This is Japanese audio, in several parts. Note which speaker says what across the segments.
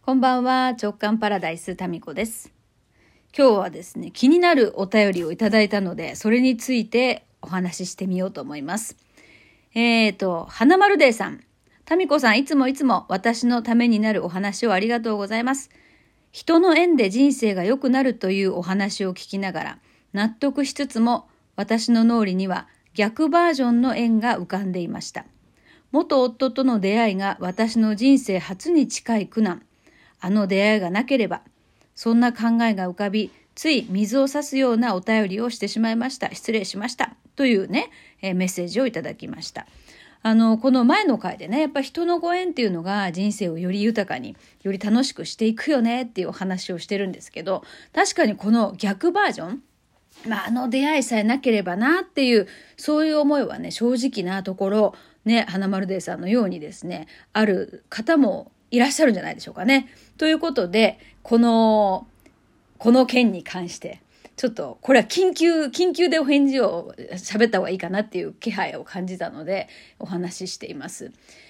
Speaker 1: こんばんは、直感パラダイスタミコです。今日はですね、気になるお便りをいただいたので、それについてお話ししてみようと思います。花丸デーさん。タミコさん、いつも私のためになるお話をありがとうございます。人の縁で人生が良くなるというお話を聞きながら、納得しつつも、私の脳裏には逆バージョンの縁が浮かんでいました。元夫との出会いが私の人生初に近い苦難。あの出会いがなければ、そんな考えが浮かび、つい水を差すようなお便りをしてしまいました。失礼しました。というね、メッセージをいただきました。この前の回でね、やっぱ人のご縁っていうのが人生をより豊かに、より楽しくしていくよねっていうお話をしてるんですけど、確かにこの逆バージョン、あの出会いさえなければなっていう、そういう思いはね、正直なところ、ね、花丸デーさんのようにですね、ある方もいらっしゃるんじゃないでしょうかね。ということで、この件に関して、ちょっとこれは緊急でお返事を喋った方がいいかなっていう気配を感じたのでお話ししています。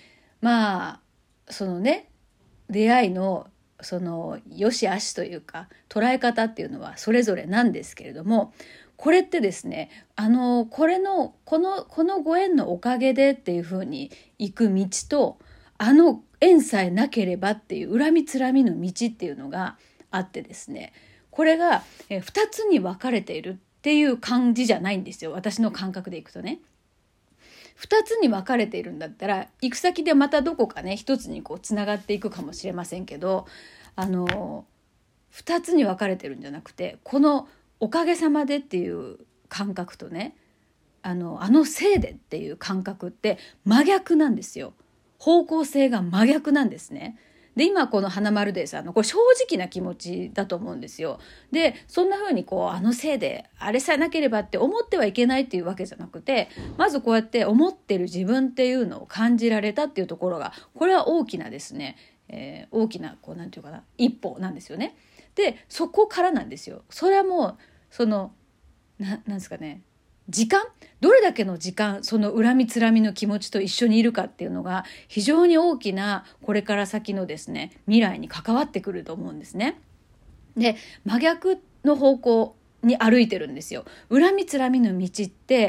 Speaker 1: そのね、出会いのその良し悪しというか捉え方っていうのはそれぞれなんですけれども、これってですね、このご縁のおかげでっていうふうに行く道と、縁さえなければっていう恨みつらみの道っていうのがあってですね、これが2つに分かれているっていう感じじゃないんですよ。私の感覚でいくとね、2つに分かれているんだったら、行く先でまたどこかね一つにこうつながっていくかもしれませんけど、2つに分かれてるんじゃなくて、このおかげさまでっていう感覚とね、あのせいでっていう感覚って真逆なんですよ。方向性が真逆なんですね。で、今この花丸デーさんのこれ正直な気持ちだと思うんですよ。で、そんな風にあのせいであれさえなければって思ってはいけないっていうわけじゃなくて、まずこうやって思ってる自分っていうのを感じられたっていうところが、これは大きなですね、大きななんていうかな、一歩なんですよね。で、そこからなんですよ。それはもうなんですかね、どれだけの時間、その恨みつらみの気持ちと一緒にいるかっていうのが非常に大きなこれから先のですね、未来に関わってくると思うんですね。で、真逆の方向に歩いてるんですよ。恨みつらみの道って、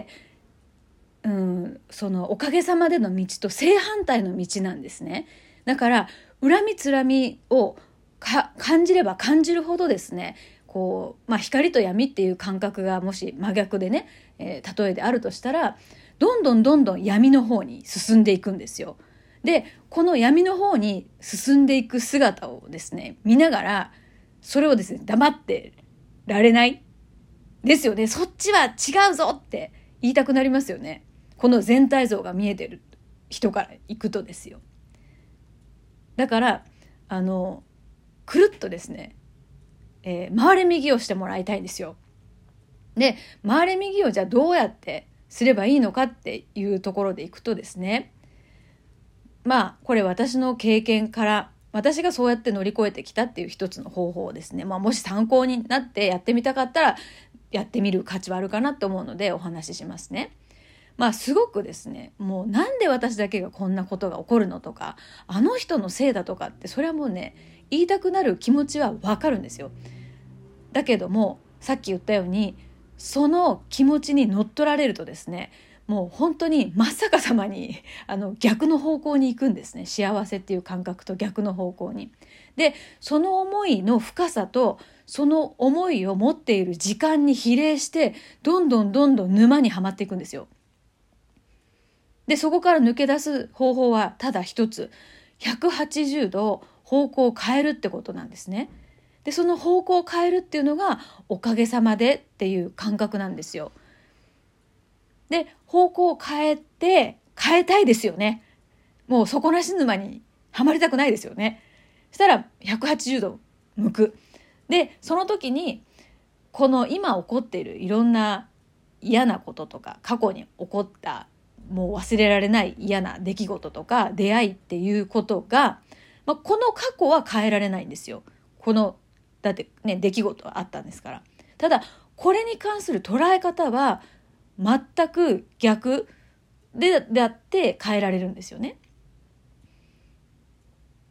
Speaker 1: そのおかげさまでの道と正反対の道なんですね。だから恨みつらみを感じれば感じるほどですね、光と闇っていう感覚がもし真逆でね、例えであるとしたら、どんどん闇の方に進んでいくんですよ。で、この闇の方に進んでいく姿をですね、見ながら、それをですね、黙ってられないですよね。そっちは違うぞって言いたくなりますよね。この全体像が見えてる人から行くとですよ。だからくるっとですね、回れ右をしてもらいたいんですよ。で、回れ右をじゃあどうやってすればいいのかっていうところでいくとですね、これ私の経験から、私がそうやって乗り越えてきたっていう一つの方法ですね。もし参考になってやってみたかったらやってみる価値はあるかなと思うのでお話ししますね。すごくですね、もうなんで私だけがこんなことが起こるのとか、あの人のせいだとかって、それはもうね、言いたくなる気持ちはわかるんですよ。だけども、さっき言ったように、その気持ちに乗っ取られるとですね、もう本当に真っ逆さまに逆の方向に行くんですね。幸せっていう感覚と逆の方向に。で、その思いの深さと、その思いを持っている時間に比例して、どんどん沼にはまっていくんですよ。で、そこから抜け出す方法はただ一つ、180度方向を変えるってことなんですね。で、その方向を変えるっていうのがおかげさまでっていう感覚なんですよ。で、方向を変えたいですよね。もう底なし沼にはまりたくないですよね。そしたら180度向く。で、その時にこの今起こっているいろんな嫌なこととか、過去に起こったもう忘れられない嫌な出来事とか出会いっていうことが、この過去は変えられないんですよ。だってね、出来事はあったんですから。ただこれに関する捉え方は全く逆であって変えられるんですよね。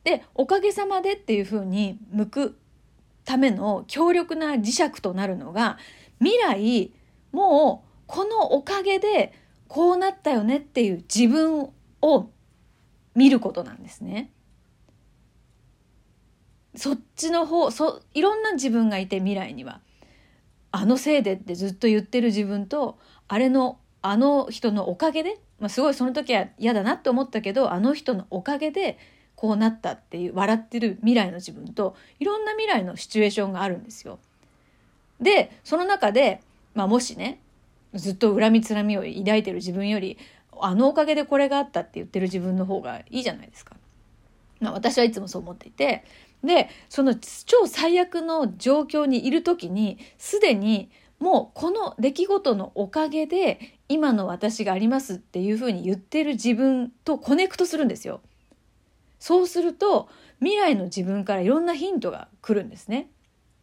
Speaker 1: でおかげさまでっていうふうに向くための強力な磁石となるのが、未来もうこのおかげでこうなったよねっていう自分を見ることなんですね。そっちの方、いろんな自分がいて、未来にはあのせいでってずっと言ってる自分と、あの人のおかげで、すごいその時は嫌だなって思ったけど、あの人のおかげでこうなったっていう笑ってる未来の自分と、いろんな未来のシチュエーションがあるんですよ。でその中で、もしね、ずっと恨みつらみを抱いてる自分より、あのおかげでこれがあったって言ってる自分の方がいいじゃないですか。私はいつもそう思っていて、でその超最悪の状況にいる時に、すでにもうこの出来事のおかげで今の私がありますっていうふうに言ってる自分とコネクトするんですよ。そうすると未来の自分からいろんなヒントが来るんですね。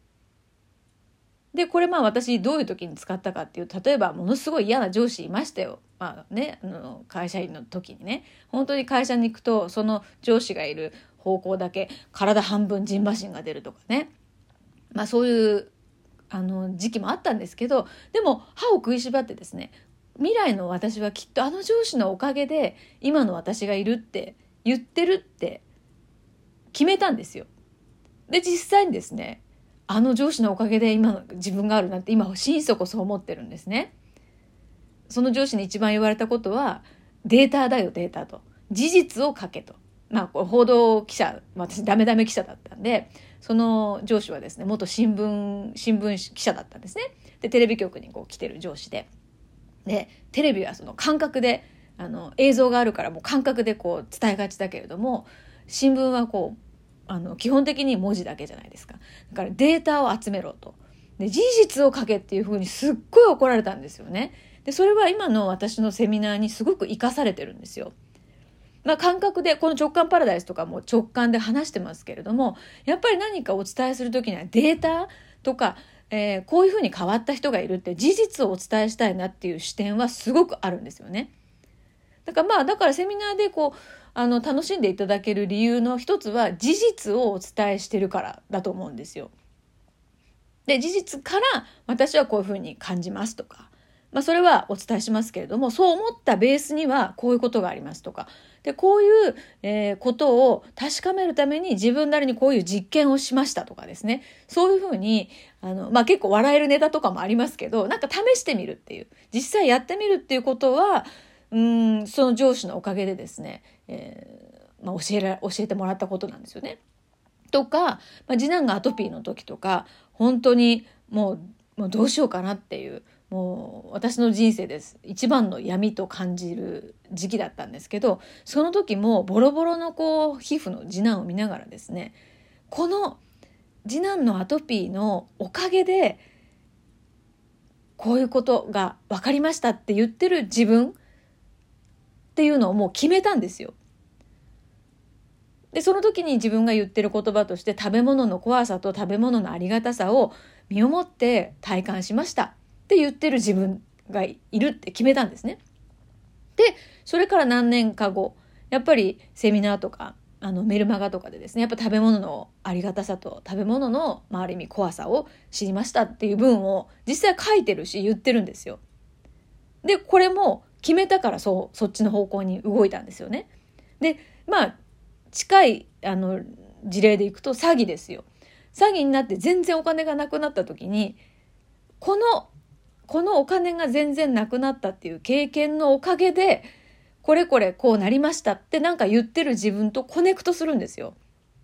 Speaker 1: でこれ私どういう時に使ったかっていう、例えばものすごい嫌な上司いましたよ。会社員の時にね、本当に会社に行くとその上司がいる方向だけ体半分ジンマシンが出るとかね、そういう時期もあったんですけど、でも歯を食いしばってですね、未来の私はきっとあの上司のおかげで今の私がいるって言ってるって決めたんですよ。で実際にですね、あの上司のおかげで今の自分があるなんて今心底そう思ってるんですね。その上司に一番言われたことは、データだよデータと、事実を書けと。報道記者、私ダメダメ記者だったんで、その上司はですね、元新聞記者だったんですね。でテレビ局に来てる上司で、テレビはその感覚で映像があるからもう感覚で伝えがちだけれども、新聞は基本的に文字だけじゃないですか。だからデータを集めろと。で事実を書けっていうふうにすっごい怒られたんですよね。でそれは今の私のセミナーにすごく生かされてるんですよ。感覚で、この直感パラダイスとかも直感で話してますけれども、やっぱり何かお伝えするときにはデータとか、こういうふうに変わった人がいるって事実をお伝えしたいなっていう視点はすごくあるんですよね。だからセミナーで楽しんでいただける理由の一つは、事実をお伝えしてるからだと思うんですよ。で事実から私はこういうふうに感じますとか、それはお伝えしますけれども、そう思ったベースにはこういうことがありますとか、でこういう、ことを確かめるために自分なりにこういう実験をしましたとかですね、そういうふうに結構笑えるネタとかもありますけど、試してみるっていう、実際やってみるっていうことは、その上司のおかげでですね、教えてもらったことなんですよね。とか、次男がアトピーの時とか、本当にもうどうしようかなっていう、もう私の人生です一番の闇と感じる時期だったんですけど、その時もボロボロの皮膚の次男を見ながらですね、この次男のアトピーのおかげでこういうことが分かりましたって言ってる自分っていうのをもう決めたんですよ。でその時に自分が言ってる言葉として、食べ物の怖さと食べ物のありがたさを身をもって体感しましたって言ってる自分がいるって決めたんですね。でそれから何年か後、やっぱりセミナーとかメルマガとかでですね、やっぱ食べ物のありがたさと食べ物のある意味怖さを知りましたっていう文を実際書いてるし言ってるんですよ。でこれも決めたからそっちの方向に動いたんですよね。で近い事例でいくと詐欺ですよ。詐欺になって全然お金がなくなった時に、このお金が全然なくなったっていう経験のおかげでこれこうなりましたって言ってる自分とコネクトするんですよ。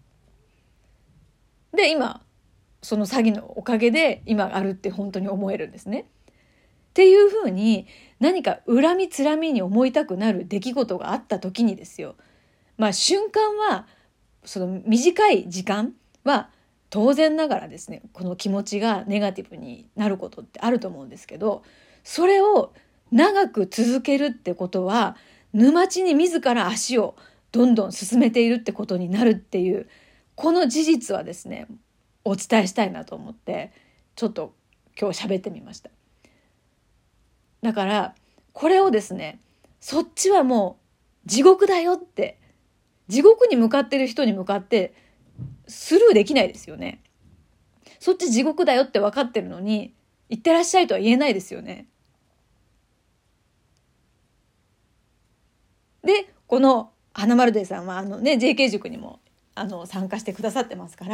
Speaker 1: で今その詐欺のおかげで今あるって本当に思えるんですね。っていうふうに、何か恨みつらみに思いたくなる出来事があった時にですよ、瞬間はその短い時間は当然ながらですね、この気持ちがネガティブになることってあると思うんですけど、それを長く続けるってことは、沼地に自ら足をどんどん進めているってことになるっていう、この事実はですね、お伝えしたいなと思ってちょっと今日喋ってみました。だからこれをですね、そっちはもう地獄だよって地獄に向かってる人に向かってスルーできないですよね。そっち地獄だよって分かってるのに、行ってらっしゃいとは言えないですよね。で、この花丸デーさんはJK 塾にも参加してくださってますから、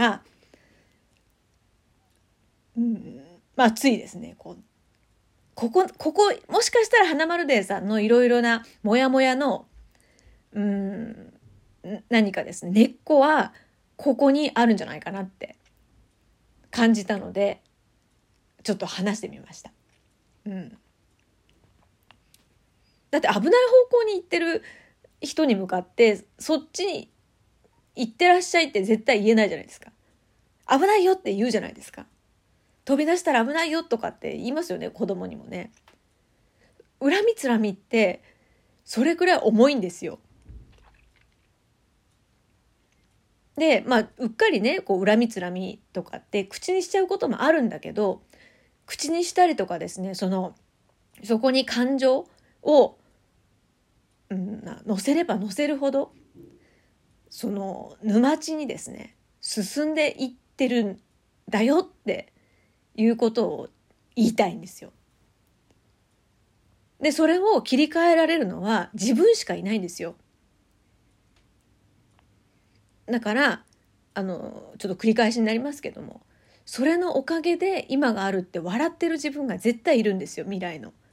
Speaker 1: ついですね、ここもしかしたら花丸デーさんのいろいろなモヤモヤの何かですね、根っこはここにあるんじゃないかなって感じたので、ちょっと話してみました。だって危ない方向に行ってる人に向かってそっちに行ってらっしゃいって絶対言えないじゃないですか。危ないよって言うじゃないですか。飛び出したら危ないよとかって言いますよね、子供にもね。恨みつらみってそれくらい重いんですよ。で、うっかりね、恨みつらみとかって口にしちゃうこともあるんだけど、口にしたりとかですね、そこに感情を、乗せれば乗せるほど、沼地にですね、進んでいってるんだよっていうことを言いたいんですよ。で、それを切り替えられるのは自分しかいないんですよ。だからちょっと繰り返しになりますけども、それのおかげで今があるって笑ってる自分が絶対いるんですよ、未来の。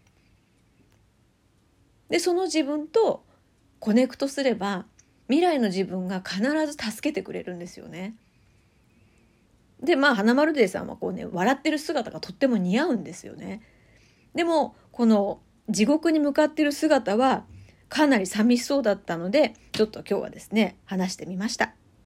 Speaker 1: で、その自分とコネクトすれば未来の自分が必ず助けてくれるんですよね。で、花丸デーさんは笑ってる姿がとっても似合うんですよね。でもこの地獄に向かってる姿はかなり寂しそうだったので、ちょっと今日はですね、話してみました。